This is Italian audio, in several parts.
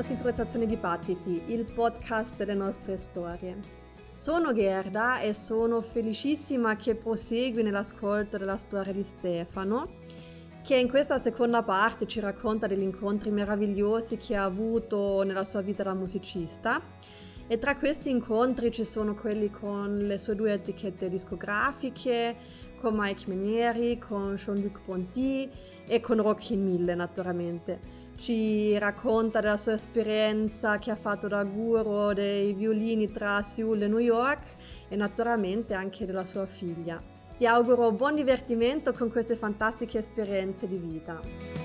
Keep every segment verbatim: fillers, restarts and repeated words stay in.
Sincronizzazione di Battiti, il podcast delle nostre storie. Sono Gerda e sono felicissima che prosegui nell'ascolto della storia di Stefano, che in questa seconda parte ci racconta degli incontri meravigliosi che ha avuto nella sua vita da musicista. E tra questi incontri ci sono quelli con le sue due etichette discografiche, con Mike Menieri, con Jean-Luc Ponty e con Joaquin Mille naturalmente. Ci racconta della sua esperienza che ha fatto da guru dei violini tra Seoul e New York e naturalmente anche della sua figlia. Ti auguro buon divertimento con queste fantastiche esperienze di vita.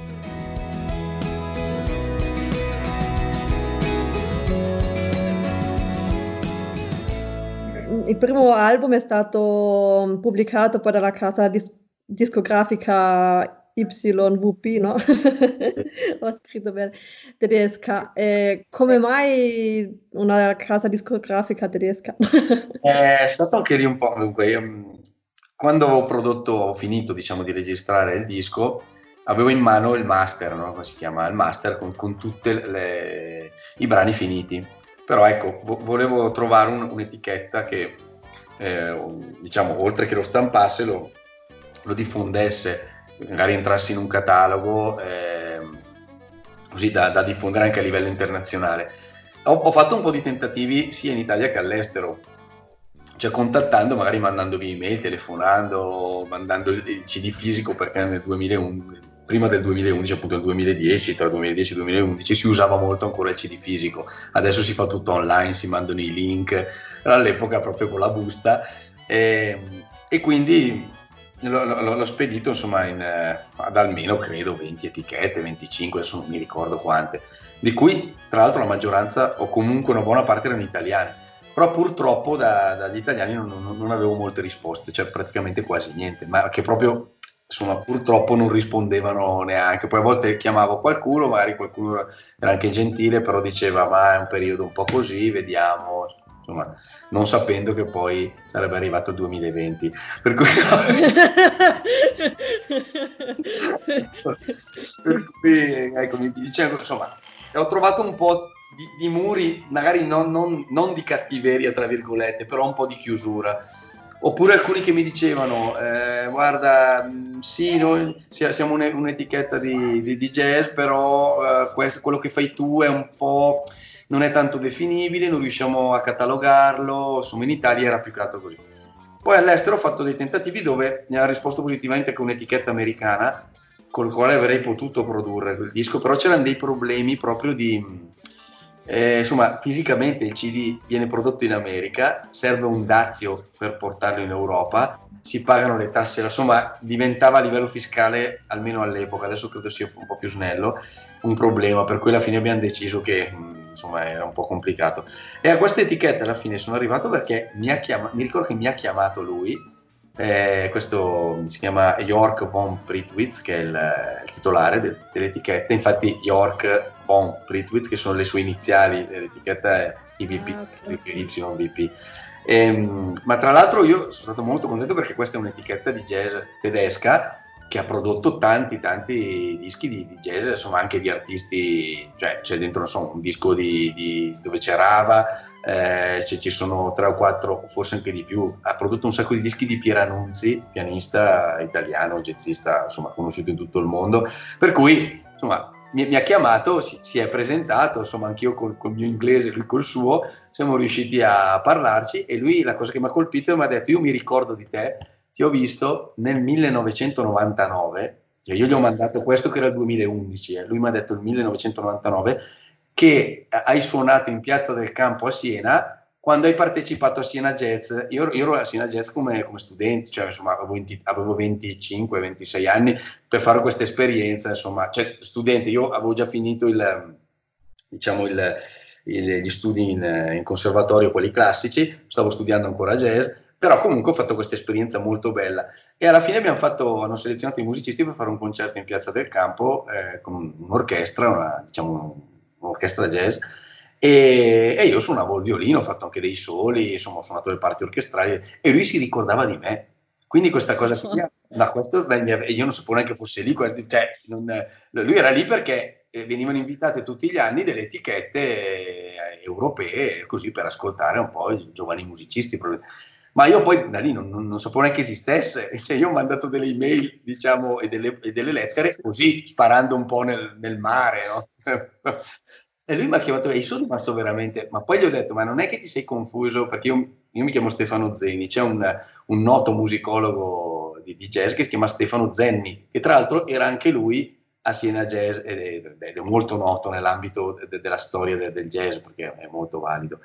Il primo album è stato pubblicato poi dalla casa dis- discografica Y V P, no? Ho scritto bene, tedesca. E come mai una casa discografica tedesca? È stato anche lì un po', dunque, io, quando ho prodotto, ho finito diciamo di registrare il disco, avevo in mano il master, no? Come si chiama? Il master con, con tutti i brani finiti. Però ecco, vo- volevo trovare un, un'etichetta che, eh, diciamo, oltre che lo stampasse, lo, lo diffondesse, magari entrassi in un catalogo, eh, così da, da diffondere anche a livello internazionale. Ho, ho fatto un po' di tentativi sia in Italia che all'estero, cioè contattando, magari mandandovi email, telefonando, mandando il, il C D fisico, perché nel duemilaundici, prima del duemilaundici, appunto nel duemiladieci, tra duemiladieci e duemilaundici si usava molto ancora il C D fisico. Adesso si fa tutto online, si mandano i link, all'epoca proprio con la busta, e, e quindi l'ho, l'ho, l'ho spedito insomma in, eh, ad almeno credo venti etichette, venticinque, adesso non mi ricordo quante, di cui tra l'altro la maggioranza o comunque una buona parte erano italiani, però purtroppo da, dagli italiani non, non, non avevo molte risposte, cioè praticamente quasi niente, ma che proprio insomma purtroppo non rispondevano neanche. Poi a volte chiamavo qualcuno, magari qualcuno era anche gentile, però diceva ma è un periodo un po' così, vediamo, insomma, non sapendo che poi sarebbe arrivato il duemilaventi, per cui, per cui ecco, mi dicevo, insomma, ho trovato un po' di, di muri, magari non, non, non di cattiveria tra virgolette, però un po' di chiusura. Oppure alcuni che mi dicevano eh, guarda, sì, noi siamo un'etichetta di, di, di jazz, però eh, questo, quello che fai tu è un po', non è tanto definibile, non riusciamo a catalogarlo, insomma in Italia era più che altro così. Poi all'estero ho fatto dei tentativi dove mi ha risposto positivamente con un'etichetta americana col quale avrei potuto produrre quel disco, però c'erano dei problemi proprio di... Eh, insomma, fisicamente il C D viene prodotto in America, serve un dazio per portarlo in Europa, si pagano le tasse, insomma diventava a livello fiscale, almeno all'epoca, adesso credo sia un po' più snello, un problema, per cui alla fine abbiamo deciso che insomma era un po' complicato. E a questa etichetta alla fine sono arrivato perché mi ha chiamato, mi ricordo che mi ha chiamato lui, eh, questo si chiama York von Prittwitz, che è il, il titolare de, dell'etichetta, infatti York von Prittwitz, che sono le sue iniziali, l'etichetta è I V P, ah, okay. Y V P. Ehm, ma tra l'altro io sono stato molto contento perché questa è un'etichetta di jazz tedesca che ha prodotto tanti tanti dischi di, di jazz, insomma anche di artisti, cioè c'è dentro non so, un disco di, di, dove c'è Rava, eh, ci sono tre o quattro, forse anche di più, ha prodotto un sacco di dischi di Pier Annunzi, pianista italiano, jazzista, insomma conosciuto in tutto il mondo, per cui insomma mi, mi ha chiamato, si, si è presentato, insomma anch'io col, col mio inglese, lui col suo, siamo riusciti a parlarci e lui la cosa che mi ha colpito mi ha detto io mi ricordo di te, ti ho visto nel millenovecentonovantanove, cioè io gli ho mandato questo che era il duemilaundici, eh, lui mi ha detto il millenovecentonovantanove, che hai suonato in Piazza del Campo a Siena quando hai partecipato a Siena Jazz. Io, io ero a Siena Jazz come, come studente, cioè insomma avevo, venti, avevo venticinque ventisei anni per fare questa esperienza, insomma, cioè studente, io avevo già finito il, diciamo il, il, gli studi in, in conservatorio, quelli classici, stavo studiando ancora jazz, però comunque ho fatto questa esperienza molto bella e alla fine abbiamo fatto, hanno selezionato i musicisti per fare un concerto in Piazza del Campo eh, con un'orchestra, una, diciamo un'orchestra jazz e, e io suonavo il violino, ho fatto anche dei soli, insomma ho suonato le parti orchestrali e lui si ricordava di me, quindi questa cosa qui, da questo, beh, io non sapevo neanche fosse lì, cioè, non, lui era lì perché eh, venivano invitate tutti gli anni delle etichette eh, europee, così per ascoltare un po' i giovani musicisti. Ma io poi da lì non, non, non sapevo neanche esistesse, cioè io ho mandato delle email, diciamo, e delle, e delle lettere così, sparando un po' nel, nel mare, no? E lui mi ha chiamato e io sono rimasto veramente, ma poi gli ho detto, ma non è che ti sei confuso, perché io, io mi chiamo Stefano Zeni, c'è un, un noto musicologo di, di jazz che si chiama Stefano Zenni, che tra l'altro era anche lui a Siena Jazz ed è, è molto noto nell'ambito de, della storia de, del jazz, perché è molto valido.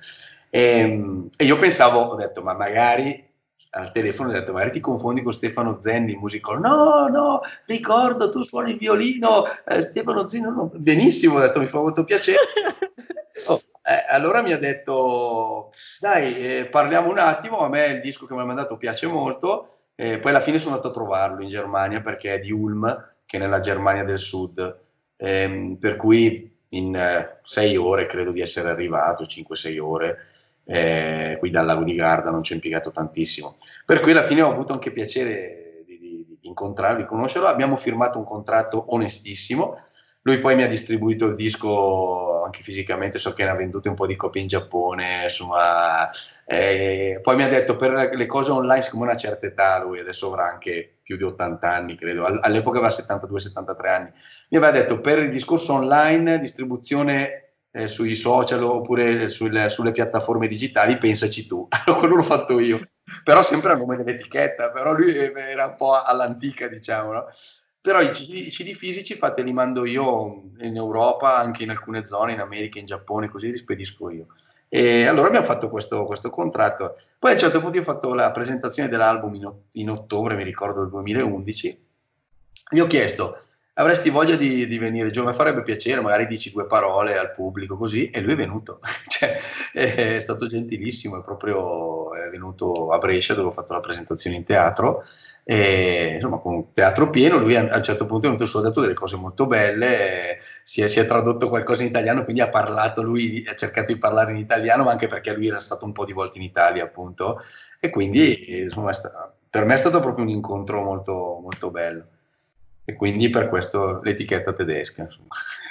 E, e io pensavo, ho detto, ma magari al telefono ho detto, magari ti confondi con Stefano Zenni, musicologo. No, no, ricordo, tu suoni il violino, eh, Stefano Zenni, no, benissimo, ho detto, mi fa molto piacere. Oh, eh, allora mi ha detto, dai, eh, parliamo un attimo, a me il disco che mi ha mandato piace molto, eh, poi alla fine sono andato a trovarlo in Germania, perché è di Ulm, che è nella Germania del Sud, ehm, per cui in eh, sei ore credo di essere arrivato, cinque sei ore, eh, qui dal lago di Garda, non ci ho impiegato tantissimo, per cui alla fine ho avuto anche piacere di, di, di incontrarlo, di conoscerlo. Abbiamo firmato un contratto onestissimo, lui poi mi ha distribuito il disco anche fisicamente, so che ne ha vendute un po' di copie in Giappone, insomma, eh, poi mi ha detto per le cose online, siccome a una certa età, lui adesso avrà anche più di ottanta anni credo, all'epoca aveva settantadue settantatré anni, mi aveva detto per il discorso online, distribuzione Eh, sui social oppure sul, sulle piattaforme digitali, pensaci tu. Allora quello l'ho fatto io, però sempre a nome dell'etichetta, però lui era un po' all'antica, diciamo, no? Però i C D fisici fatti li mando io in Europa, anche in alcune zone, in America, in Giappone, così li spedisco io. E allora abbiamo fatto questo, questo contratto. Poi a un certo punto io ho fatto la presentazione dell'album in, in ottobre, mi ricordo, del duemilaundici. Gli ho chiesto, avresti voglia di, di venire giù? Mi farebbe piacere, magari dici due parole al pubblico, così, e lui è venuto. Cioè, è stato gentilissimo, è proprio è venuto a Brescia, dove ho fatto la presentazione in teatro, e, insomma, con un teatro pieno. Lui a, a un certo punto è venuto su, ha detto delle cose molto belle, si è, si è tradotto qualcosa in italiano, quindi ha parlato, lui ha cercato di parlare in italiano, ma anche perché lui era stato un po' di volte in Italia, appunto, e quindi insomma, per me è stato proprio un incontro molto, molto bello. E quindi per questo l'etichetta tedesca, insomma.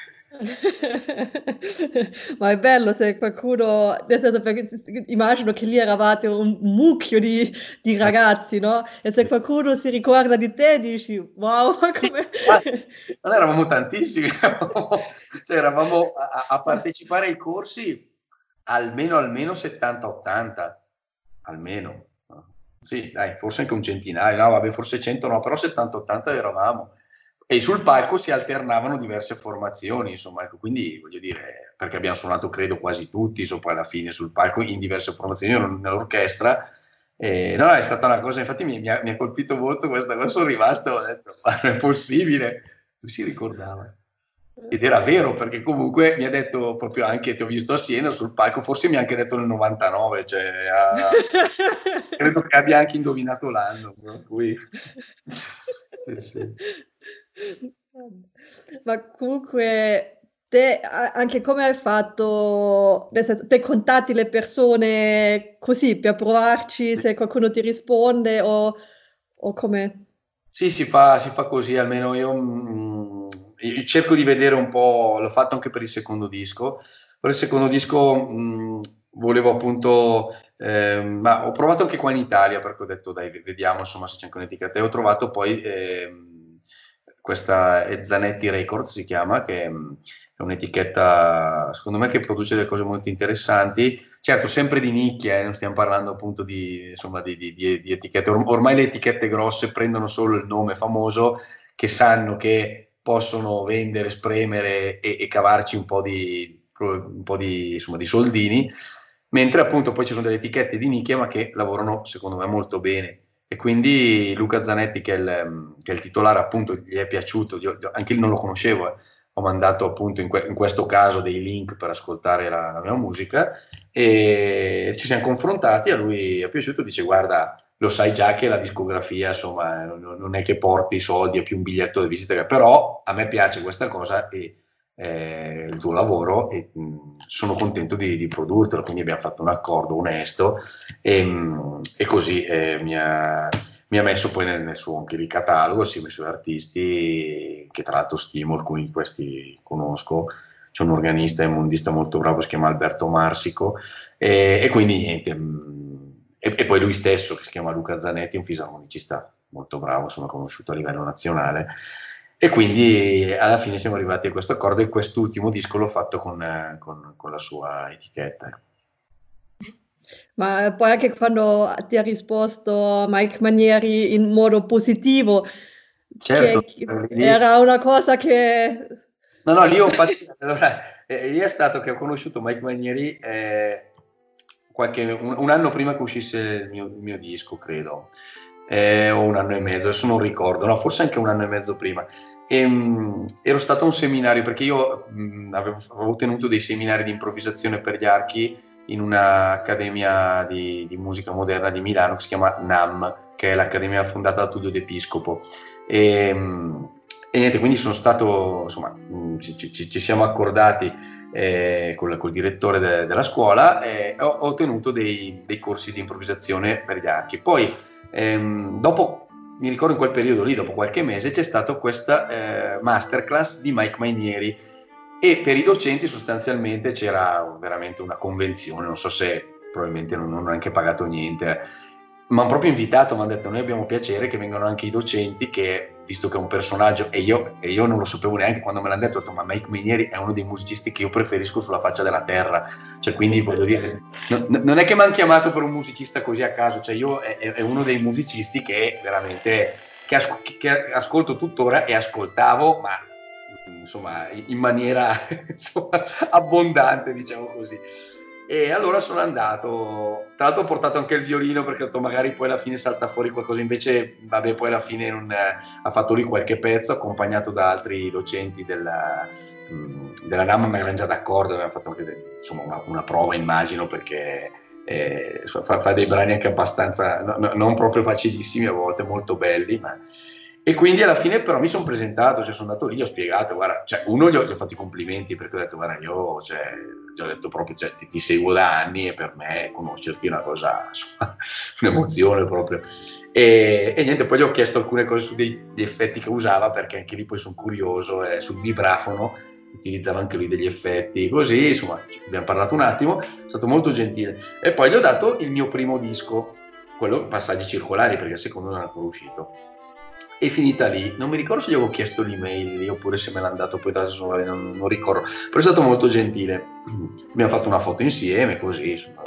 Ma è bello se qualcuno, nel senso, perché immagino che lì eravate un mucchio di, di ragazzi, no? E se qualcuno si ricorda di te dici, wow, come... Non eravamo tantissimi, cioè eravamo a, a partecipare ai corsi almeno almeno settanta ottanta, almeno. Sì, dai, forse anche un centinaio, no, vabbè, forse cento no, però settanta ottanta eravamo. E sul palco si alternavano diverse formazioni, insomma, ecco, quindi voglio dire, perché abbiamo suonato credo quasi tutti, insomma, alla fine sul palco in diverse formazioni, io nell'orchestra, e, no, è stata una cosa, infatti mi, mi, ha, mi ha colpito molto questa cosa, sono rimasto, ho detto, ma non è possibile, lui si ricordava. Ed era vero, perché comunque mi ha detto proprio anche, ti ho visto a Siena sul palco, forse mi ha anche detto nel novantanove, cioè, ha, credo che abbia anche indovinato l'anno, per cui... Sì, sì. Ma comunque te anche come hai fatto, nel senso, te contatti le persone così per provarci se qualcuno ti risponde o, o come? Sì, si fa, si fa così, almeno io, mh, io cerco di vedere un po', l'ho fatto anche per il secondo disco, per il secondo disco mh, volevo appunto, eh, ma ho provato anche qua in Italia, perché ho detto dai, vediamo insomma se c'è anche un'etichetta, e ho trovato poi eh, questa è Zanetti Records si chiama, che è un'etichetta secondo me che produce delle cose molto interessanti, certo sempre di nicchia, eh, non stiamo parlando appunto di, insomma, di, di, di, di etichette, Or- ormai le etichette grosse prendono solo il nome famoso, che sanno che possono vendere, spremere e, e cavarci un po' di, un po' di, insomma, di soldini, mentre appunto poi ci sono delle etichette di nicchia ma che lavorano secondo me molto bene. E quindi Luca Zanetti, che è il, che è il titolare, appunto, gli è piaciuto, io, anche lui non lo conoscevo, eh. Ho mandato appunto in, que- in questo caso dei link per ascoltare la, la mia musica e ci siamo confrontati, a lui è piaciuto, dice guarda, lo sai già che la discografia insomma non, non è che porti i soldi, è più un biglietto di visita, però a me piace questa cosa e eh, il tuo lavoro e mh, sono contento di, di produrtelo, quindi abbiamo fatto un accordo onesto e, mh, e così eh, mi, ha, mi ha messo poi nel, nel suo anche il catalogo assieme ai suoi artisti, che tra l'altro stimo, alcuni di questi conosco. C'è un organista e un mondista molto bravo, si chiama Alberto Marsico, e, e quindi niente. Mh, e, e poi lui stesso, che si chiama Luca Zanetti, un fisarmonicista molto bravo, insomma conosciuto a livello nazionale. E quindi alla fine siamo arrivati a questo accordo, e quest'ultimo disco l'ho fatto con, eh, con, con la sua etichetta. Ma poi anche quando ti ha risposto Mike Manieri in modo positivo, Certo, che lì, era una cosa che... no, no, lì ho fatto, allora, eh, lì è stato che ho conosciuto Mike Manieri eh, qualche, un, un anno prima che uscisse il mio, il mio disco, credo, eh, o un anno e mezzo, adesso non ricordo, no, forse anche un anno e mezzo prima. E, mh, ero stato a un seminario, perché io mh, avevo, avevo tenuto dei seminari di improvvisazione per gli archi in un'accademia di, di musica moderna di Milano che si chiama NAM, che è l'accademia fondata da Tullio D'Episcopo. E, mh, e niente, quindi sono stato, insomma, ci, ci, ci siamo accordati eh, col, col direttore de, della scuola, e ho, ho tenuto dei, dei corsi di improvvisazione per gli archi. Poi, ehm, dopo, mi ricordo in quel periodo lì, dopo qualche mese, c'è stata questa eh, masterclass di Mike Manieri, e per i docenti sostanzialmente c'era veramente una convenzione, non so se probabilmente non hanno neanche pagato niente, mi hanno proprio invitato, mi hanno detto: noi abbiamo piacere che vengano anche i docenti, che visto che è un personaggio, e io, e io non lo sapevo neanche quando me l'hanno detto, ho detto: ma Mike Manieri è uno dei musicisti che io preferisco sulla faccia della terra, cioè, quindi voglio dire, no, non è che mi hanno chiamato per un musicista così a caso, cioè io è, è uno dei musicisti che veramente che, as, che ascolto tuttora e ascoltavo, ma insomma in maniera insomma, abbondante, diciamo così. E allora sono andato, tra l'altro ho portato anche il violino, perché ho detto magari poi alla fine salta fuori qualcosa, invece vabbè, poi alla fine non, eh, ha fatto lì qualche pezzo accompagnato da altri docenti della, mh, della NAM, ma erano già d'accordo, avevano fatto anche insomma una, una prova, immagino, perché eh, fa, fa dei brani anche abbastanza, no, no, non proprio facilissimi, a volte molto belli, ma... E quindi alla fine però mi sono presentato, cioè sono andato lì, ho spiegato, guarda, cioè uno gli ho, gli ho fatto i complimenti, perché ho detto: guarda, io cioè, gli ho detto proprio, cioè, ti, ti seguo da anni e per me conoscerti è una cosa, insomma, un'emozione proprio. E, e niente, poi gli ho chiesto alcune cose su dei, degli effetti che usava, perché anche lì poi sono curioso, eh, sul vibrafono utilizzava anche lui degli effetti, così, insomma, abbiamo parlato un attimo, è stato molto gentile. E poi gli ho dato il mio primo disco, quello Passaggi Circolari, perché il secondo non è ancora uscito. È finita lì, non mi ricordo se gli avevo chiesto l'email lì oppure se me l'ha dato poi da solo, non, non ricordo, però è stato molto gentile. Abbiamo fatto una foto insieme, così, insomma,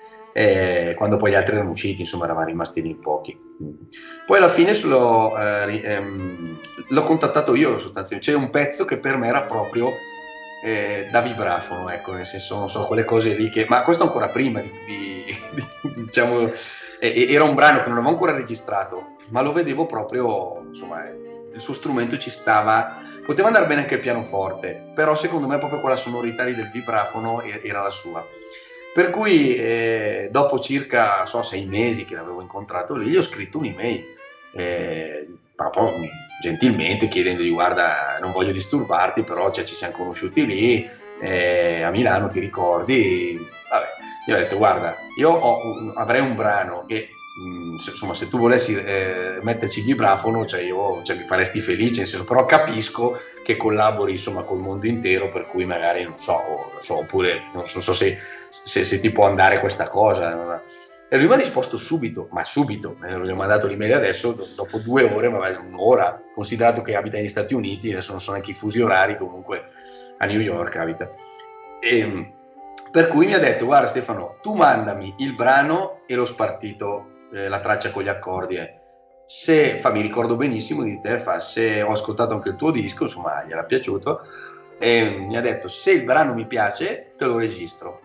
e quando poi gli altri erano usciti, insomma, eravamo rimasti lì pochi. Poi alla fine l'ho, eh, ehm, l'ho contattato io, sostanzialmente. C'è un pezzo che per me era proprio eh, da vibrafono, ecco, nel senso, non so, quelle cose lì che... Ma questo ancora prima di... di, di diciamo... era un brano che non avevo ancora registrato, ma lo vedevo proprio, insomma, il suo strumento ci stava, poteva andare bene anche il pianoforte, però secondo me proprio quella sonorità lì del vibrafono era la sua. Per cui eh, dopo circa, so, sei mesi che l'avevo incontrato lì, gli ho scritto un'email, eh, proprio gentilmente, chiedendogli: guarda, non voglio disturbarti, però cioè, ci siamo conosciuti lì, eh, a Milano, ti ricordi? Vabbè, io ho detto: guarda, io ho, avrei un brano che, mh, insomma, se tu volessi eh, metterci il vibrafono, cioè io, cioè, mi faresti felice, nel senso, però capisco che collabori, insomma, col mondo intero, per cui magari, non so, o, non so oppure non so, so se, se, se ti può andare questa cosa. E lui mi ha risposto subito, ma subito, eh, gli ho mandato l'email adesso, dopo due ore, ma un'ora, considerato che abita negli Stati Uniti, adesso non so neanche i fusi orari, comunque a New York abita. E, per cui mi ha detto: guarda Stefano, tu mandami il brano e lo spartito, eh, la traccia con gli accordi, eh. Se, fa, mi ricordo benissimo di te, fa, se ho ascoltato anche il tuo disco, insomma, gli era piaciuto, e mi ha detto: se il brano mi piace, te lo registro.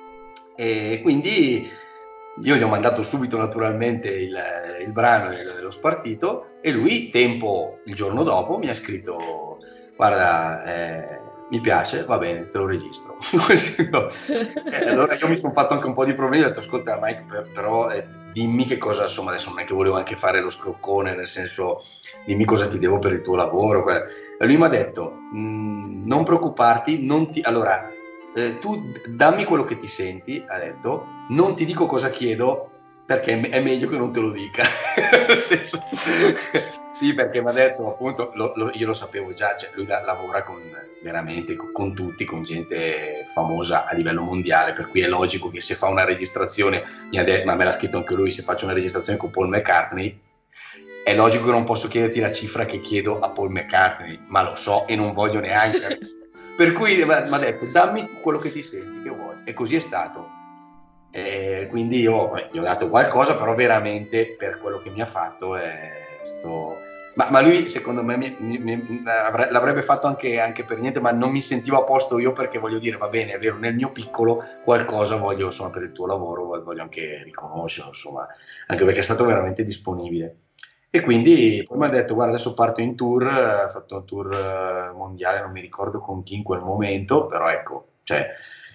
E quindi io gli ho mandato subito naturalmente il, il brano e lo spartito, e lui, tempo, il giorno dopo, mi ha scritto: guarda, eh, mi piace, va bene, te lo registro. Così, no. E allora io mi sono fatto anche un po' di problemi, ho detto: ascolta Mike, per, però eh, dimmi che cosa, insomma, adesso non è che volevo anche fare lo scroccone, nel senso, dimmi cosa ti devo per il tuo lavoro. E lui mi ha detto: non preoccuparti, non ti... allora, eh, tu dammi quello che ti senti, ha detto, non ti dico cosa chiedo, perché è meglio che non te lo dica. Nel senso, sì, perché mi ha detto appunto, lo, lo, io lo sapevo già, cioè lui la, lavora con veramente con, con tutti, con gente famosa a livello mondiale, per cui è logico che se fa una registrazione, mi ha detto, ma me l'ha scritto anche lui, se faccio una registrazione con Paul McCartney, è logico che non posso chiederti la cifra che chiedo a Paul McCartney, ma lo so e non voglio neanche. Per cui mi ha detto, dammi tu quello che ti senti, che vuoi. E così è stato. E quindi io gli ho dato qualcosa, però veramente per quello che mi ha fatto è stato... Ma, ma lui secondo me mi, mi, mi, l'avrebbe fatto anche, anche per niente, ma non mi sentivo a posto io, perché voglio dire, va bene, è vero, nel mio piccolo qualcosa voglio, insomma, per il tuo lavoro voglio anche riconoscerlo, insomma, anche perché è stato veramente disponibile. E quindi poi mi ha detto, guarda, adesso parto in tour, ha fatto un tour mondiale, non mi ricordo con chi in quel momento, però ecco, cioè...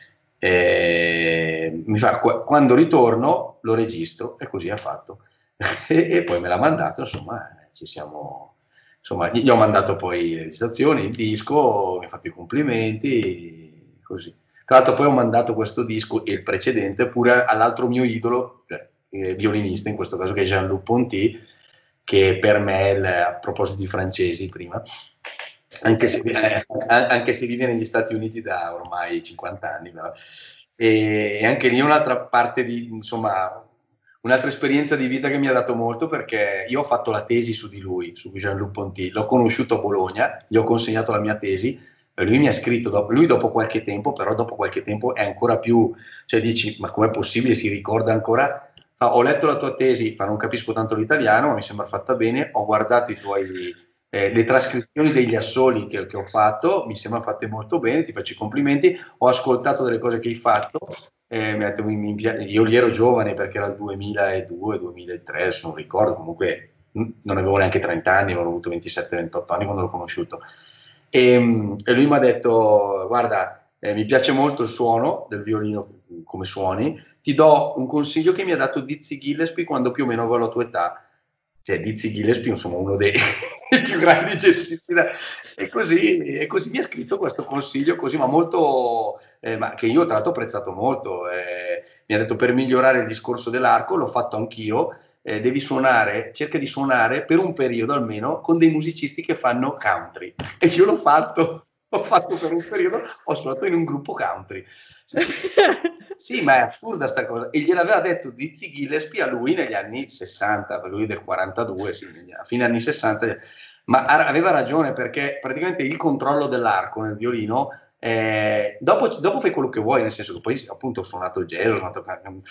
Eh, mi fa, quando ritorno lo registro, e così ha fatto. e, e poi me l'ha mandato, insomma, ci siamo, insomma, gli ho mandato poi le registrazioni, il disco, mi ha fatto i complimenti, così. Tra l'altro poi ho mandato questo disco e il precedente pure all'altro mio idolo, cioè, eh, violinista in questo caso, che è Jean-Luc Ponty, che per me, il, a proposito di francesi prima, anche se, eh, anche se vive negli Stati Uniti da ormai cinquanta anni, però. E, e anche lì un'altra parte di, insomma, un'altra esperienza di vita che mi ha dato molto, perché io ho fatto la tesi su di lui, su Jean-Luc Ponty, l'ho conosciuto a Bologna, gli ho consegnato la mia tesi, e lui mi ha scritto, dopo, lui dopo qualche tempo, però dopo qualche tempo è ancora più, cioè dici, ma com'è possibile, si ricorda ancora? Fa, ho letto la tua tesi, fa, non capisco tanto l'italiano, ma mi sembra fatta bene, ho guardato i tuoi... Eh, le trascrizioni degli assoli che, che ho fatto mi sembrano fatte molto bene, ti faccio i complimenti, ho ascoltato delle cose che hai fatto, eh, mi ha detto, mi, mi, io lì ero giovane perché era il duemiladue duemilatré, adesso non ricordo, comunque non avevo neanche trenta anni, avevo avuto ventisette ventotto anni quando l'ho conosciuto, e, e lui mi ha detto, guarda, eh, mi piace molto il suono del violino, come suoni, ti do un consiglio che mi ha dato Dizzy Gillespie quando più o meno avevo la tua età. Cioè, Dizzy Gillespie, insomma, uno dei più grandi jazzisti, e così, e così mi ha scritto questo consiglio, così, ma molto, eh, ma che io tra l'altro ho apprezzato molto. Eh, mi ha detto, per migliorare il discorso dell'arco, l'ho fatto anch'io, eh, devi suonare, cerca di suonare per un periodo almeno con dei musicisti che fanno country, e io l'ho fatto. Ho fatto per un periodo, ho suonato in un gruppo country. Sì, sì. Sì, ma è assurda sta cosa. E gliel'aveva detto Dizzy Gillespie a lui negli anni sessanta, per lui del quarantadue, sì, a fine anni sessanta. Ma aveva ragione, perché praticamente il controllo dell'arco nel violino, eh, dopo, dopo fai quello che vuoi, nel senso che poi appunto ho suonato jazz, ho suonato,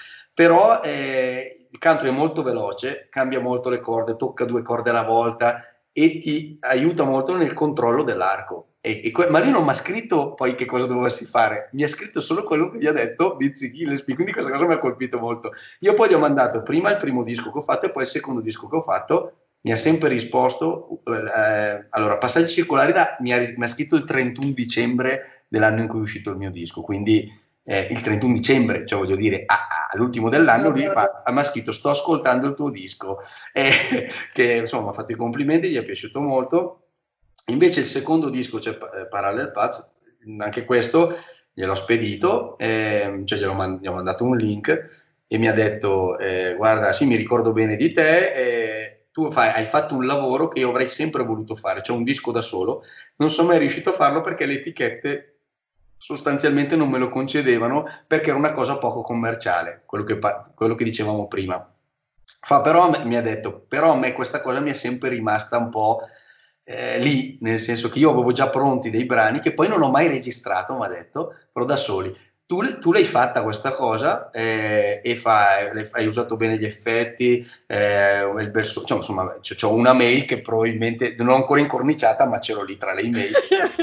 però eh, il country è molto veloce, cambia molto le corde, tocca due corde alla volta e ti aiuta molto nel controllo dell'arco. E, e que- ma lui non mi ha scritto poi che cosa dovessi fare, mi ha scritto solo quello che gli ha detto Dizzy Gillespie, quindi questa cosa mi ha colpito molto. Io poi gli ho mandato prima il primo disco che ho fatto e poi il secondo disco che ho fatto, mi ha sempre risposto, eh, allora Passaggi Circolari da, mi, ha, mi ha scritto il trentuno dicembre dell'anno in cui è uscito il mio disco, quindi eh, il trentuno dicembre, cioè voglio dire, ah, ah, all'ultimo dell'anno lui fa, mi ha scritto sto ascoltando il tuo disco, eh, che insomma mi ha fatto i complimenti, gli è piaciuto molto. Invece il secondo disco, cioè Parallel Paths, anche questo gliel'ho spedito, eh, cioè gliel'ho man- gli ho mandato un link e mi ha detto, eh, guarda, sì, mi ricordo bene di te, eh, tu fai, hai fatto un lavoro che io avrei sempre voluto fare, cioè un disco da solo, non sono mai riuscito a farlo perché le etichette sostanzialmente non me lo concedevano, perché era una cosa poco commerciale, quello che, quello che dicevamo prima. Fa, però mi ha detto, però a me questa cosa mi è sempre rimasta un po' eh, lì, nel senso che io avevo già pronti dei brani che poi non ho mai registrato, mi ha detto, però da soli. Tu, tu l'hai fatta questa cosa eh, e fa, hai usato bene gli effetti, eh, il verso, cioè, insomma, ho una mail che probabilmente non ho ancora incorniciata, ma ce l'ho lì tra le email.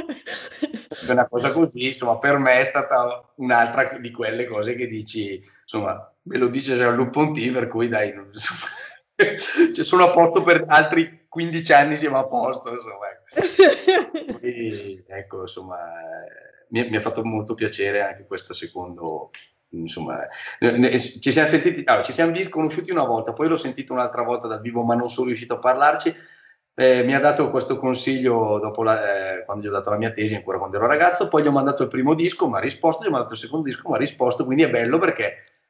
Una cosa così, insomma, per me è stata un'altra di quelle cose che dici, insomma, me lo dice Jean-Luc Ponty, per cui dai, insomma, cioè, sono a posto per altri quindici anni, siamo a posto, insomma. Quindi, ecco, insomma, mi, mi ha fatto molto piacere anche questo secondo, insomma, ci siamo sentiti, allora, ci siamo visti, conosciuti una volta, poi l'ho sentito un'altra volta dal vivo, ma non sono riuscito a parlarci. Eh, mi ha dato questo consiglio dopo la, eh, quando gli ho dato la mia tesi, ancora quando ero ragazzo, poi gli ho mandato il primo disco, mi ha risposto, gli ho mandato il secondo disco, mi ha risposto, quindi è bello perché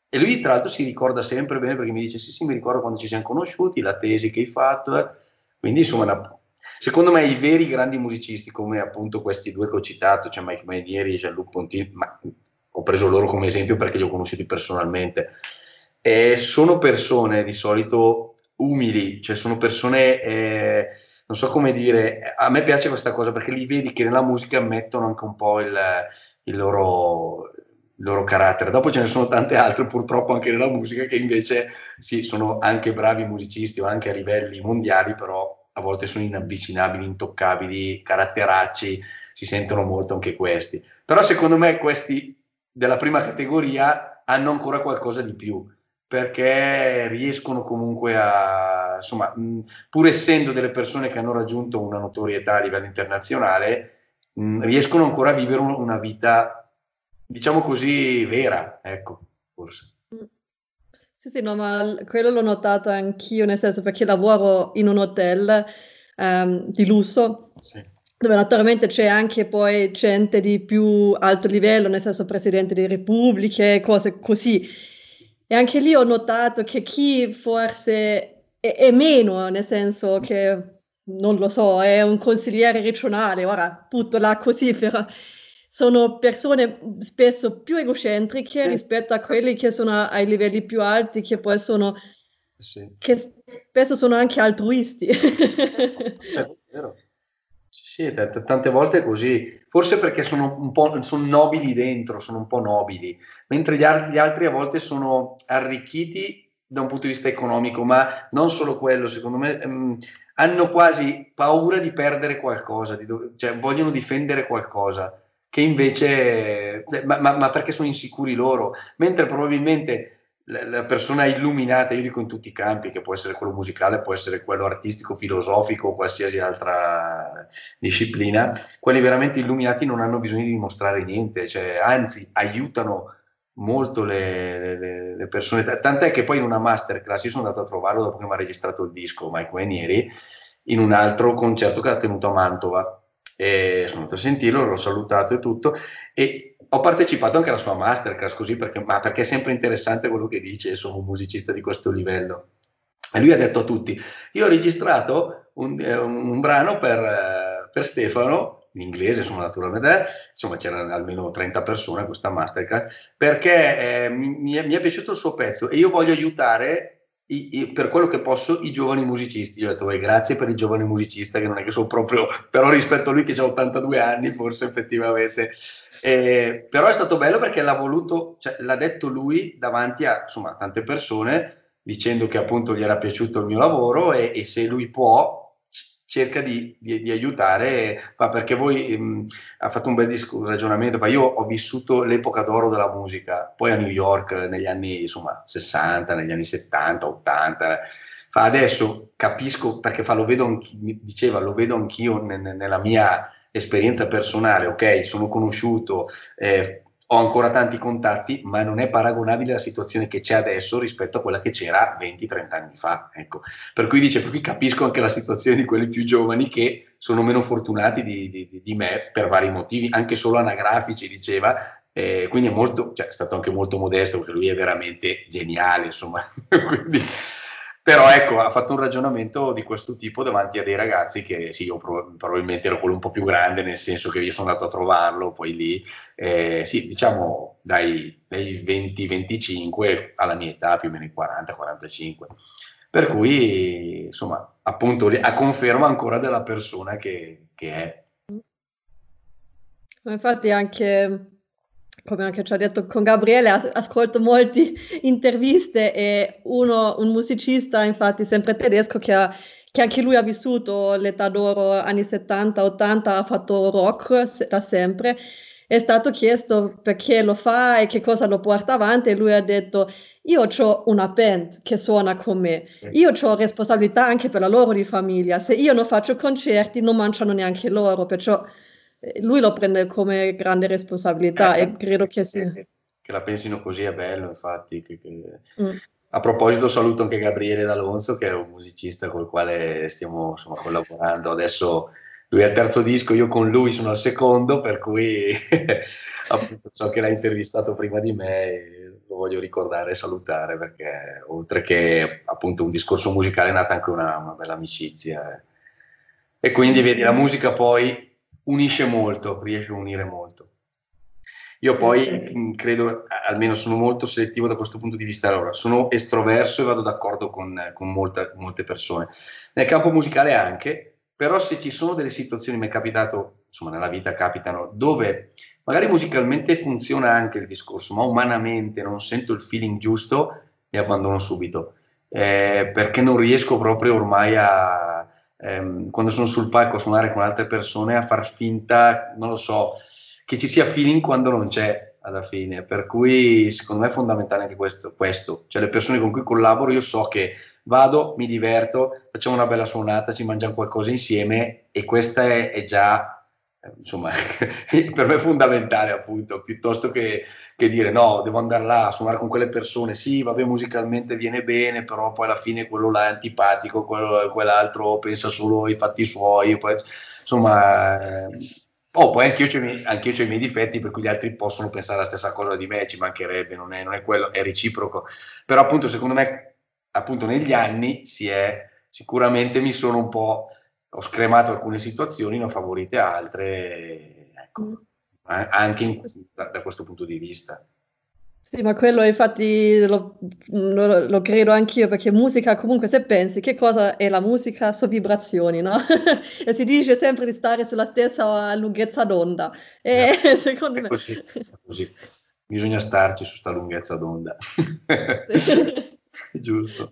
E lui tra l'altro si ricorda sempre bene perché mi dice sì sì mi ricordo quando ci siamo conosciuti, la tesi che hai fatto, eh. Quindi insomma una, secondo me i veri grandi musicisti come appunto questi due che ho citato, cioè Mike Mainieri e Jean-Luc Ponty, ma ho preso loro come esempio perché li ho conosciuti personalmente, e sono persone di solito umili, cioè sono persone, eh, non so come dire, a me piace questa cosa perché li vedi che nella musica mettono anche un po' il, il loro il loro carattere. Dopo ce ne sono tante altre purtroppo anche nella musica che invece sì, sono anche bravi musicisti o anche a livelli mondiali, però a volte sono inavvicinabili, intoccabili, caratteracci, si sentono molto anche questi. Però secondo me questi della prima categoria hanno ancora qualcosa di più, perché riescono comunque a, insomma, mh, pur essendo delle persone che hanno raggiunto una notorietà a livello internazionale, mh, riescono ancora a vivere un- una vita diciamo così, vera, ecco, forse. Sì, sì, no, ma l- quello l'ho notato anch'io, nel senso perché lavoro in un hotel ehm, di lusso, Sì. dove naturalmente c'è anche poi gente di più alto livello, nel senso presidente di repubbliche, cose così. E anche lì ho notato che chi forse è, è meno, nel senso che, non lo so, è un consigliere regionale, ora butto là così, però sono persone spesso più egocentriche Sì, rispetto a quelli che sono ai livelli più alti, che poi sono, sì. che spesso sono anche altruisti. È vero. Sì, sì, t- t- tante volte è così, forse perché sono un po' sono nobili dentro, sono un po' nobili, mentre gli, al- gli altri a volte sono arricchiti da un punto di vista economico, ma non solo quello, secondo me, ehm, hanno quasi paura di perdere qualcosa, di dov- cioè vogliono difendere qualcosa, che invece, eh, ma, ma- ma perché sono insicuri loro, mentre probabilmente la, la persona illuminata, io dico in tutti i campi, che può essere quello musicale, può essere quello artistico, filosofico, qualsiasi altra disciplina, quelli veramente illuminati non hanno bisogno di dimostrare niente, cioè, anzi aiutano molto le, le, le persone, tant'è che poi in una masterclass, io sono andato a trovarlo dopo che mi ha registrato il disco, Mike Guarnieri, in un altro concerto che ha tenuto a Mantova, e sono andato a sentirlo, l'ho salutato e tutto, e ho partecipato anche alla sua masterclass, così perché, ma perché è sempre interessante quello che dice, sono un musicista di questo livello. E lui ha detto a tutti, io ho registrato un, eh, un brano per, eh, per Stefano, in inglese sono naturalmente, eh, insomma c'erano almeno trenta persone a questa masterclass, perché eh, mi, mi è, mi è piaciuto il suo pezzo e io voglio aiutare i, i, per quello che posso i giovani musicisti. Io ho detto, grazie per i giovani musicisti, che non è che sono proprio, però rispetto a lui che ha ottantadue anni, forse effettivamente. Eh, però è stato bello perché l'ha voluto, cioè, l'ha detto lui davanti a insomma, tante persone, dicendo che appunto gli era piaciuto il mio lavoro e, e se lui può cerca di, di, di aiutare, fa, perché voi mh, ha fatto un bel disco, ragionamento, fa, io ho vissuto l'epoca d'oro della musica, poi a New York negli anni insomma sessanta, negli anni settanta, ottanta, fa, adesso capisco perché fa, lo vedo, diceva, lo vedo anch'io nel, nella mia esperienza personale, ok, sono conosciuto, eh, ho ancora tanti contatti, ma non è paragonabile la situazione che c'è adesso rispetto a quella che c'era venti trenta anni fa. Ecco. Per cui dice, per cui capisco anche la situazione di quelli più giovani che sono meno fortunati di, di, di me per vari motivi, anche solo anagrafici, diceva. Eh, quindi è, molto, cioè, è stato anche molto modesto perché lui è veramente geniale, insomma. quindi, però ecco, ha fatto un ragionamento di questo tipo davanti a dei ragazzi che sì, io prob- probabilmente ero quello un po' più grande, nel senso che io sono andato a trovarlo, poi lì, eh, sì, diciamo dai, dai venti venticinque alla mia età, più o meno i quaranta quarantacinque. Per cui, insomma, appunto, a conferma ancora della persona che, che è. Infatti anche, come anche ci ha detto con Gabriele, as- ascolto molte interviste e uno, un musicista, infatti sempre tedesco, che, ha- che anche lui ha vissuto l'età d'oro anni settanta ottanta, ha fatto rock se- da sempre, è stato chiesto perché lo fa e che cosa lo porta avanti e lui ha detto, io ho una band che suona con me, io ho responsabilità anche per la loro di famiglia, se io non faccio concerti non mangiano neanche loro, perciò eh, lui lo prende come grande responsabilità Eh, e credo che sia. che la pensino così è bello, infatti. Che, che... Mm. A proposito, saluto anche Gabriele D'Alonso, che è un musicista col quale stiamo insomma, collaborando. Adesso lui è al terzo disco, io con lui sono al secondo, per cui appunto so che l'ha intervistato prima di me e lo voglio ricordare e salutare, perché oltre che appunto un discorso musicale è nata anche una, una bella amicizia. eh. E quindi vedi, la musica poi unisce molto, riesce a unire molto. Io poi mh, credo, a- almeno sono molto selettivo da questo punto di vista. Allora, sono estroverso e vado d'accordo con, con molta- molte persone. Nel campo musicale anche, però se ci sono delle situazioni, mi è capitato, insomma nella vita capitano, dove magari musicalmente funziona anche il discorso, ma umanamente non sento il feeling giusto, mi abbandono subito. Eh, perché non riesco proprio ormai a, ehm, quando sono sul palco a suonare con altre persone, a far finta, non lo so, che ci sia feeling quando non c'è alla fine, per cui secondo me è fondamentale anche questo, questo. Cioè le persone con cui collaboro io so che vado, mi diverto, facciamo una bella suonata, ci mangiamo qualcosa insieme e questa è, è già, eh, insomma, per me è fondamentale appunto, piuttosto che, che dire no, devo andare là a suonare con quelle persone, sì, vabbè, musicalmente viene bene, però poi alla fine quello là è antipatico, quello, quell'altro pensa solo ai fatti suoi, poi, insomma... eh, Oh, poi anch'io ho i miei, anch'io c'ho i miei difetti, per cui gli altri possono pensare la stessa cosa di me, ci mancherebbe, non è, non è quello, è reciproco. Però appunto secondo me, appunto negli anni si è, sicuramente mi sono un po', ho scremato alcune situazioni, ne ho favorite altre, ecco, a- anche in- da, da questo punto di vista. Sì, ma quello infatti lo, lo- lo credo anch'io, perché musica, comunque se pensi, che cosa è la musica? Sono vibrazioni, no? E si dice sempre di stare sulla stessa lunghezza d'onda. Eh, E secondo È me... così, è così. Bisogna starci su sta lunghezza d'onda. Giusto.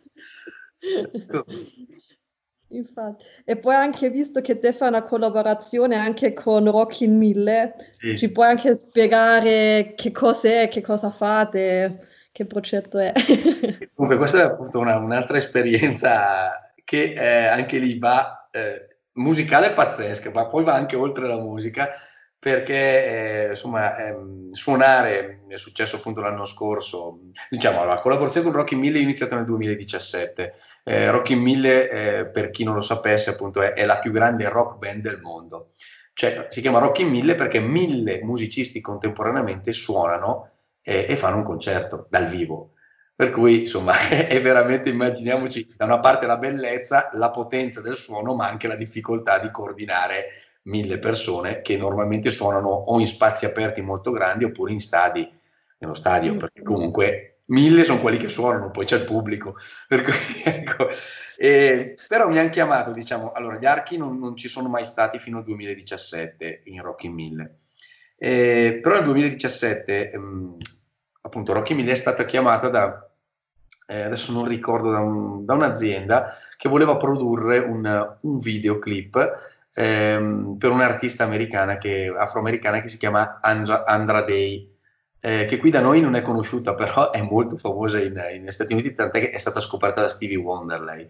Infatti. E poi anche visto che te fai una collaborazione anche con Rockin' Mille, ci Sì. puoi anche spiegare che cos'è, che cosa fate, che progetto è. Comunque, questa è appunto una- un'altra esperienza che eh, anche lì va eh, musicale pazzesca, ma poi va anche oltre la musica, perché eh, insomma ehm, suonare mi è successo appunto l'anno scorso. Diciamo, la collaborazione con Rocky Mille è iniziata nel duemiladiciassette. Eh, Rocky Mille, eh, per chi non lo sapesse, appunto è, è la più grande rock band del mondo. Cioè, si chiama Rocky Mille perché mille musicisti contemporaneamente suonano eh, e fanno un concerto dal vivo. Per cui, insomma, è veramente, immaginiamoci, da una parte la bellezza, la potenza del suono, ma anche la difficoltà di coordinare mille persone che normalmente suonano o in spazi aperti molto grandi oppure in stadi, nello stadio, perché comunque mille sono quelli che suonano, poi c'è il pubblico. Per cui, ecco. E, però mi hanno chiamato, diciamo, allora gli archi non, non ci sono mai stati fino al duemiladiciassette in Rocky Mille. Eh, però nel duemiladiciassette, ehm, appunto, Rocky Mille è stata chiamata da, eh, adesso non ricordo, da, un- da un'azienda che voleva produrre un, un videoclip ehm, per un'artista americana che, afroamericana che si chiama Andra, Andra Day, eh, che qui da noi non è conosciuta, però è molto famosa in, in Stati Uniti, tant'è che è stata scoperta da Stevie Wonder lei.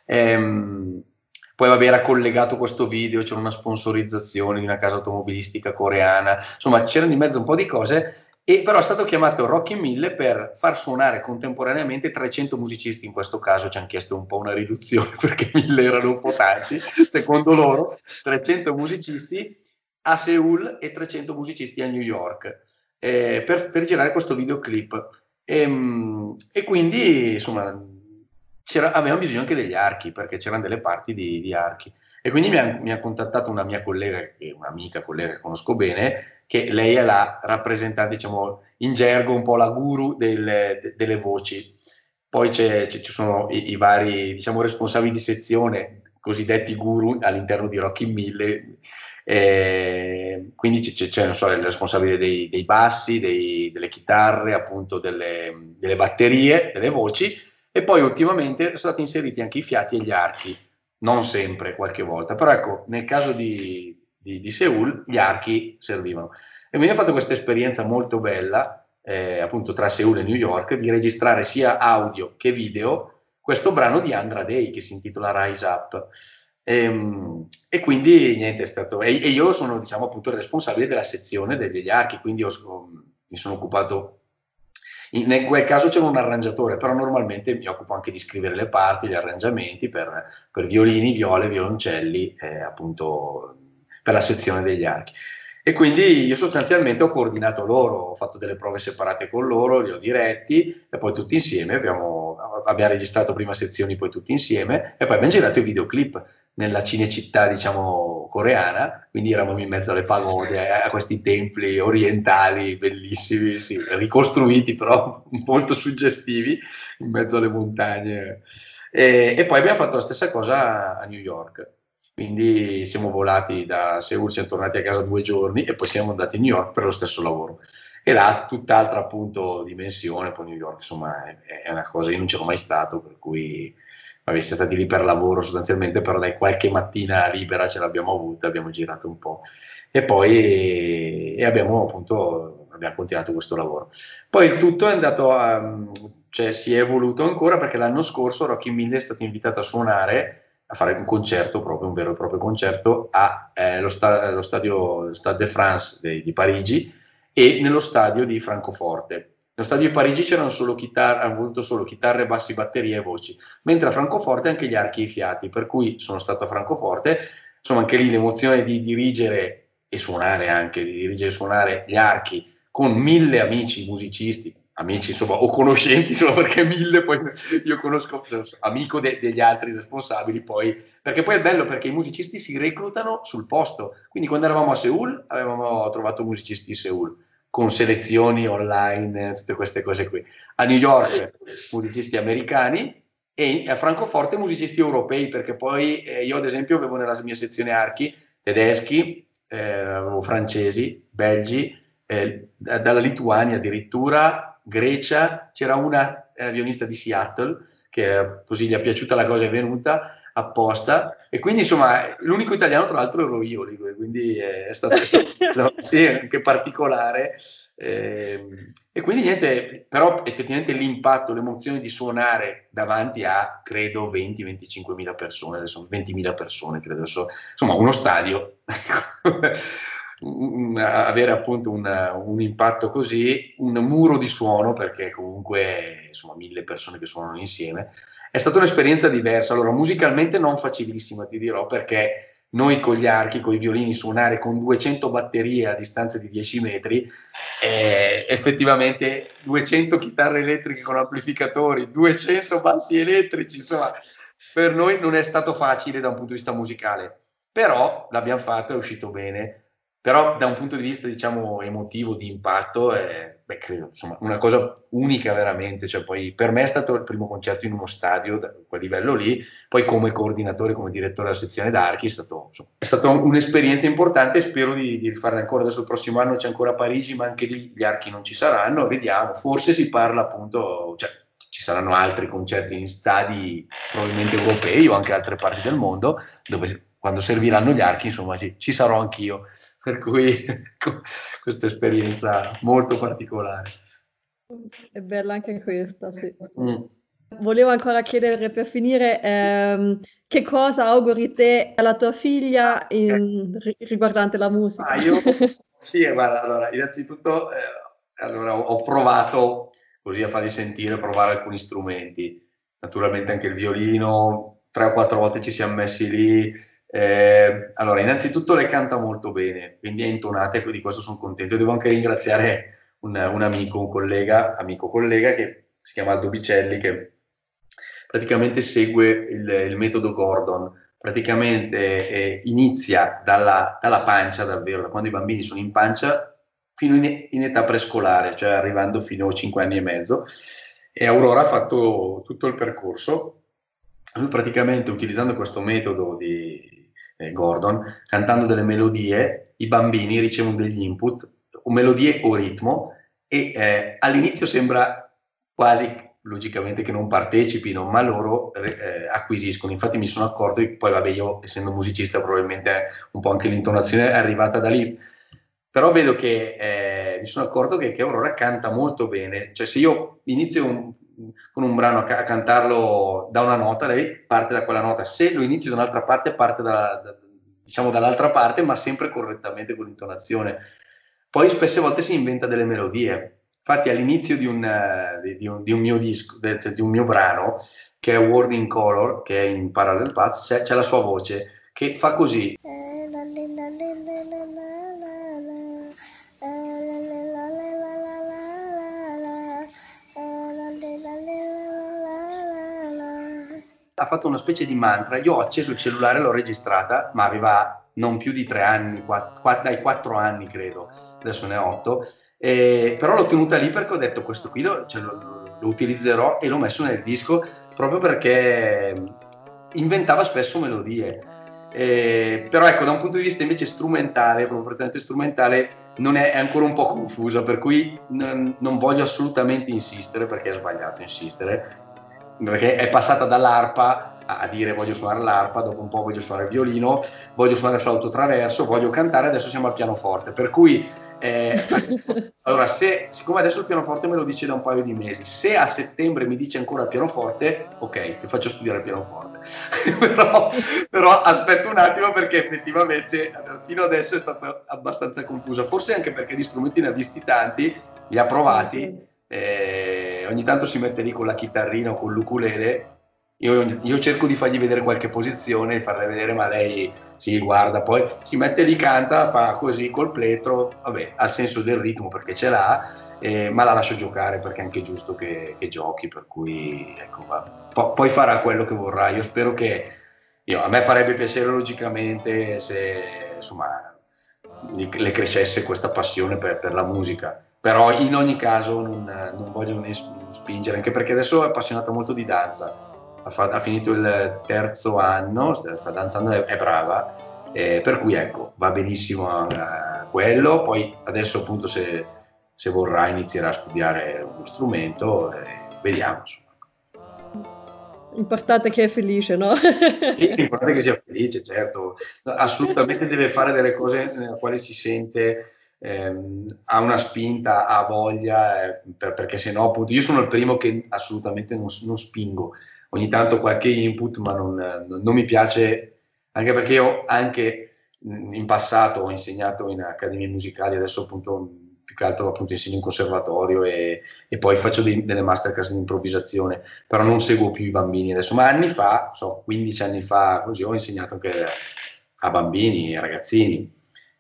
Ehm, Poi vabbè, era collegato questo video, c'era una sponsorizzazione di una casa automobilistica coreana, insomma c'erano di mezzo un po' di cose, e però è stato chiamato Rocky Mille per far suonare contemporaneamente trecento musicisti, in questo caso ci hanno chiesto un po' una riduzione perché mille erano un po' tanti, secondo loro, trecento musicisti a Seoul e trecento musicisti a New York, eh, per, per girare questo videoclip. E, e quindi, insomma, c'era, avevamo bisogno anche degli archi, perché c'erano delle parti di, di archi. E quindi mi ha, mi ha contattato una mia collega, che è un'amica collega che conosco bene, che lei è la rappresentante, diciamo, in gergo un po' la guru del- de- delle voci. Poi c'è- c'è- ci sono i, i vari, diciamo, responsabili di sezione, cosiddetti guru all'interno di Rocky Mille. Eh, quindi c'è, c'è, non so, il responsabile dei, dei bassi, dei- delle chitarre, appunto delle, delle batterie, delle voci, e poi ultimamente sono stati inseriti anche i fiati e gli archi, non sempre, qualche volta, però ecco, nel caso di, di, di Seoul gli archi servivano. E quindi ho fatto questa esperienza molto bella, eh, appunto tra Seoul e New York, di registrare sia audio che video questo brano di Andra Day che si intitola Rise Up. E, e quindi niente, è stato. E, e io sono, diciamo, appunto il responsabile della sezione degli archi, quindi ho, mi sono occupato. In, in quel caso c'era un arrangiatore, però normalmente mi occupo anche di scrivere le parti, gli arrangiamenti per, per violini, viole, violoncelli, eh, appunto per la sezione degli archi. E quindi io sostanzialmente ho coordinato loro, ho fatto delle prove separate con loro, li ho diretti e poi tutti insieme abbiamo, abbiamo registrato prima sezioni, poi tutti insieme e poi abbiamo girato i videoclip nella Cinecittà, diciamo, coreana, quindi eravamo in mezzo alle pagode, a questi templi orientali bellissimi, sì, ricostruiti però molto suggestivi in mezzo alle montagne. E, e poi abbiamo fatto la stessa cosa a New York. Quindi siamo volati da Seoul, siamo tornati a casa due giorni e poi siamo andati a New York per lo stesso lavoro. E là tutt'altra appunto dimensione, poi New York insomma è, è una cosa, io non c'ero mai stato, per cui vabbè, siamo stati lì per lavoro sostanzialmente, però dai, qualche mattina libera ce l'abbiamo avuta, abbiamo girato un po' e poi e abbiamo appunto abbiamo continuato questo lavoro. Poi il tutto è andato a, cioè si è evoluto ancora perché l'anno scorso Rocky Mille è stato invitato a suonare, a fare un concerto, proprio un vero e proprio concerto, allo eh, sta, lo stadio Stade de France di, di Parigi e nello stadio di Francoforte. Nello stadio di Parigi c'erano solo chitarre, hanno voluto solo chitarre, bassi, batterie e voci, mentre a Francoforte anche gli archi e i fiati, per cui sono stato a Francoforte, insomma anche lì l'emozione di dirigere e suonare anche, di dirigere e suonare gli archi con mille amici musicisti, amici insomma o conoscenti, insomma, perché mille poi io conosco amico de, degli altri responsabili, poi perché poi è bello perché i musicisti si reclutano sul posto, quindi quando eravamo a Seoul avevamo trovato musicisti di Seoul con selezioni online, tutte queste cose qui, a New York musicisti americani e a Francoforte musicisti europei, perché poi eh, io ad esempio avevo nella mia sezione archi tedeschi, eh, avevo francesi, belgi, eh, dalla Lituania addirittura, Grecia, c'era una eh, vionista di Seattle che così gli è piaciuta la cosa, è venuta apposta e quindi insomma l'unico italiano tra l'altro ero io, quindi è stato, è stato sì, anche particolare eh, e quindi niente, però effettivamente l'impatto, l'emozione di suonare davanti a credo venti venticinque mila persone, adesso ventimila persone credo, adesso, insomma uno stadio avere appunto un, un impatto così, un muro di suono, perché comunque insomma mille persone che suonano insieme, è stata un'esperienza diversa. Allora musicalmente non facilissima, ti dirò, perché noi con gli archi, con i violini, suonare con duecento batterie a distanza di dieci metri, eh, effettivamente duecento chitarre elettriche con amplificatori, duecento bassi elettrici, insomma per noi non è stato facile da un punto di vista musicale, però l'abbiamo fatto, è uscito bene. Però da un punto di vista diciamo emotivo, di impatto, è, beh, credo, insomma, una cosa unica veramente, cioè, poi per me è stato il primo concerto in uno stadio da quel livello lì, poi come coordinatore, come direttore della sezione d'archi è stato, insomma, è stata un'esperienza importante e spero di, di rifarla ancora. Adesso il prossimo anno c'è ancora Parigi, ma anche lì gli archi non ci saranno, vediamo, forse si parla appunto, cioè ci saranno altri concerti in stadi probabilmente europei o anche altre parti del mondo, dove quando serviranno gli archi, insomma, ci, ci sarò anch'io. Per cui questa esperienza molto particolare. È bella anche questa, sì. Mm. Volevo ancora chiedere per finire ehm, che cosa auguri te alla tua figlia in, riguardante la musica? Ah, io, sì, guarda, allora, innanzitutto eh, allora, ho provato così a fargli sentire, provare alcuni strumenti, naturalmente anche il violino, tre o quattro volte ci siamo messi lì. Eh, allora, innanzitutto lei canta molto bene, quindi è intonata e di questo sono contento. Io devo anche ringraziare un, un amico, un collega, amico collega che si chiama Aldo Bicelli, che praticamente segue il, il metodo Gordon. Praticamente eh, inizia dalla, dalla pancia, davvero, da quando i bambini sono in pancia, fino in, in età prescolare, cioè arrivando fino a cinque anni e mezzo. E Aurora ha fatto tutto il percorso. Lui praticamente utilizzando questo metodo di eh, Gordon, cantando delle melodie, i bambini ricevono degli input, o melodie o ritmo, e eh, all'inizio sembra quasi logicamente che non partecipino, ma loro eh, acquisiscono. Infatti mi sono accorto che poi, vabbè, io essendo musicista probabilmente un po' anche l'intonazione è arrivata da lì, però vedo che eh, mi sono accorto che, che Aurora canta molto bene, cioè se io inizio un, con un brano a, ca- a cantarlo da una nota, lei parte da quella nota, se lo inizio da un'altra parte parte da, da, diciamo dall'altra parte, ma sempre correttamente con l'intonazione. Poi spesse volte si inventa delle melodie. Infatti all'inizio di un, uh, di, un, di un mio disco, cioè di un mio brano, che è World in Color, che è in Parallel Paths, c'è, c'è la sua voce, che fa così. ha fatto una specie di mantra. Io ho acceso il cellulare, l'ho registrata, ma aveva non più di tre anni, quattro, quattro, dai quattro anni credo, adesso ne ho otto, eh, però l'ho tenuta lì perché ho detto questo qui lo, cioè, lo, lo utilizzerò, e l'ho messo nel disco proprio perché inventava spesso melodie. Eh, però ecco, da un punto di vista invece strumentale, proprio prettamente strumentale, non è, è ancora un po' confusa, per cui non, non voglio assolutamente insistere, perché è sbagliato insistere, perché è passata dall'arpa a dire voglio suonare l'arpa, dopo un po' voglio suonare il violino, voglio suonare il flauto traverso, voglio cantare, adesso siamo al pianoforte, per cui eh, allora se, siccome adesso il pianoforte me lo dice da un paio di mesi, se a settembre mi dice ancora il pianoforte, ok, ti faccio studiare il pianoforte. però, però aspetta un attimo, perché effettivamente fino adesso è stata abbastanza confusa, forse anche perché di strumenti ne ha visti tanti, li ha provati, eh, ogni tanto si mette lì con la chitarrina o con l'ukulele. Io, io cerco di fargli vedere qualche posizione, di farle vedere, ma lei si guarda, poi si mette lì, canta, fa così col plettro, vabbè, ha il senso del ritmo perché ce l'ha, eh, ma la lascio giocare perché è anche giusto che, che giochi, per cui ecco, va. Po- poi farà quello che vorrà. Io spero che, io, a me farebbe piacere logicamente se insomma le crescesse questa passione per, per la musica, però in ogni caso non, non voglio ne spingere, anche perché adesso è appassionata molto di danza. Ha finito il terzo anno, sta, sta danzando, è, è brava, eh, per cui ecco, va benissimo a, a quello. Poi adesso appunto se, se vorrà inizierà a studiare uno strumento, eh, vediamo insomma. L'importante è che è felice, no? L'importante è che sia felice, certo, assolutamente deve fare delle cose nelle quali si sente, ehm, ha una spinta, ha voglia, eh, per, perché sennò appunto io sono il primo che assolutamente non, non spingo. Ogni tanto qualche input, ma non, non mi piace, anche perché io anche in passato ho insegnato in accademie musicali, adesso appunto più che altro appunto insegno in conservatorio e, e poi faccio dei, delle masterclass di improvvisazione, però non seguo più i bambini adesso, ma anni fa, so, quindici anni fa, così ho insegnato anche a bambini, a ragazzini,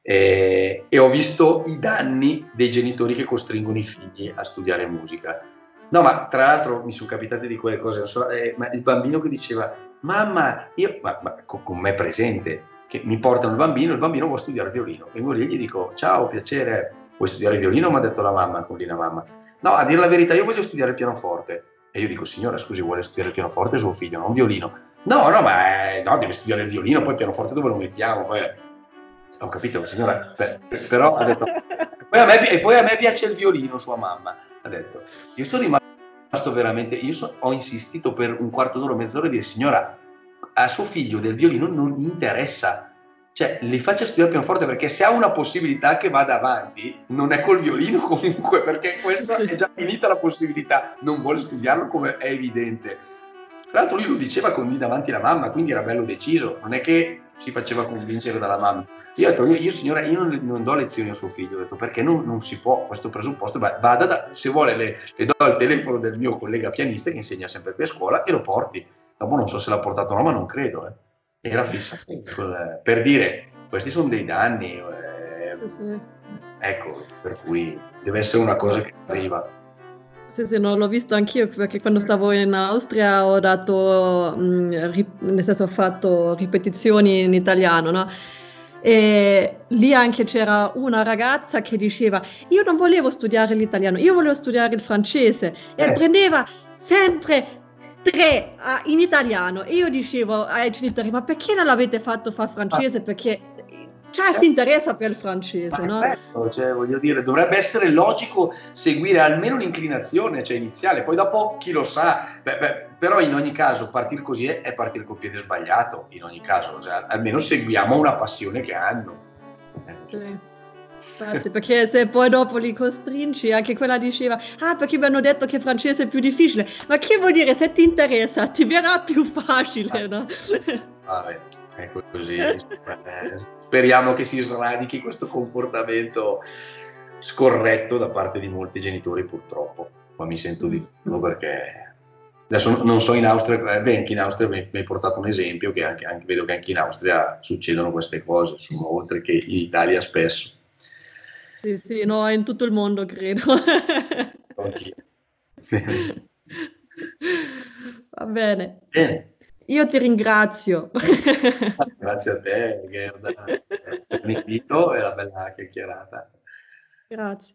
e, e ho visto i danni dei genitori che costringono i figli a studiare musica. No, ma tra l'altro mi sono capitate di quelle cose, non so, eh, ma il bambino che diceva, mamma, io, ma, ma con, con me presente, che mi portano il bambino, il bambino vuole studiare violino, vengo lì e gli dico, ciao, piacere, vuoi studiare violino? Mi ha detto la mamma, con lì la mamma. No, a dire la verità, io voglio studiare il pianoforte. E io dico, signora, scusi, vuole studiare il pianoforte suo figlio, non violino? No, no, ma eh, no, deve studiare il violino, poi il pianoforte dove lo mettiamo? Poi, ho capito, signora, per, però ha detto, poi a me, e poi a me piace il violino, sua mamma, ha detto. Io sono rimasto veramente, io so, ho insistito per un quarto d'ora, mezz'ora e dire, signora, a suo figlio del violino non interessa, cioè li faccia studiare pianoforte, perché se ha una possibilità che vada avanti, non è col violino comunque, perché questa è già finita la possibilità, non vuole studiarlo come è evidente. Tra l'altro lui lo diceva con lì davanti la mamma, quindi era bello deciso, non è che si faceva convincere dalla mamma. Io ho detto, io, io signora, io non, non do lezioni a suo figlio, ho detto, perché non, non si può, questo presupposto, vada da, se vuole le, le do il telefono del mio collega pianista che insegna sempre qui a scuola e lo porti. Dopo non so se l'ha portato o no, ma non credo. Eh. Era fissato per dire, questi sono dei danni, eh, sì. Ecco, per cui deve essere una cosa che arriva. Sì, sì, no, l'ho visto anch'io, perché quando stavo in Austria ho dato, mh, rip- nel senso ho fatto ripetizioni in italiano, no? E lì anche c'era una ragazza che diceva, io non volevo studiare l'italiano, io volevo studiare il francese, e Eh. prendeva sempre tre ah, in italiano, e io dicevo ai genitori, ma perché non l'avete fatto fare francese? Perché cioè, si interessa per il francese, no? Bello, cioè, voglio dire, dovrebbe essere logico seguire almeno l'inclinazione, cioè iniziale, poi dopo chi lo sa, beh, beh, però in ogni caso partire così è, è partire col piede sbagliato, in ogni caso, cioè, almeno seguiamo una passione che hanno. Sì. Infatti, perché se poi dopo li costringi, anche quella diceva, ah, perché mi hanno detto che il francese è più difficile, ma che vuol dire, se ti interessa ti verrà più facile, no? Vabbè, ecco così. Speriamo che si sradichi questo comportamento scorretto da parte di molti genitori, purtroppo. Ma mi sento di dirlo, perché adesso non so in Austria, beh, anche in Austria mi hai portato un esempio che anche, anche, vedo che anche in Austria succedono queste cose, insomma, oltre che in Italia spesso. Sì, sì, no, in tutto il mondo credo. Anch'io. Va bene. Bene. Io ti ringrazio. Grazie a te, Gerda, per l'invito e la bella chiacchierata. Grazie.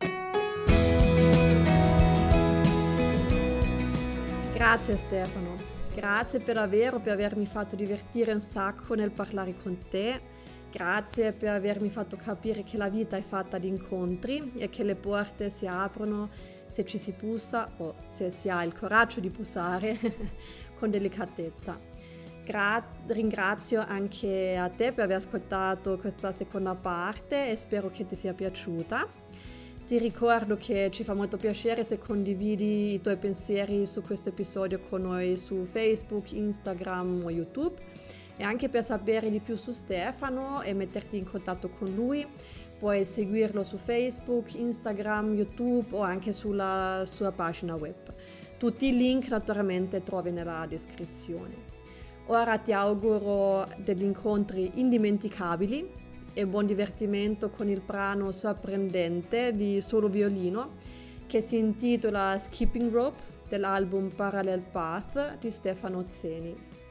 Grazie Stefano, grazie per davvero per avermi fatto divertire un sacco nel parlare con te, grazie per avermi fatto capire che la vita è fatta di incontri e che le porte si aprono se ci si pussa o se si ha il coraggio di pussare con delicatezza. Gra- ringrazio anche a te per aver ascoltato questa seconda parte e spero che ti sia piaciuta. Ti ricordo che ci fa molto piacere se condividi i tuoi pensieri su questo episodio con noi su Facebook, Instagram o YouTube, e anche per sapere di più su Stefano e metterti in contatto con lui puoi seguirlo su Facebook, Instagram, YouTube o anche sulla sua pagina web. Tutti i link naturalmente trovi nella descrizione. Ora ti auguro degli incontri indimenticabili e buon divertimento con il brano sorprendente di solo violino che si intitola Skipping Rope dell'album Parallel Path di Stefano Zeni.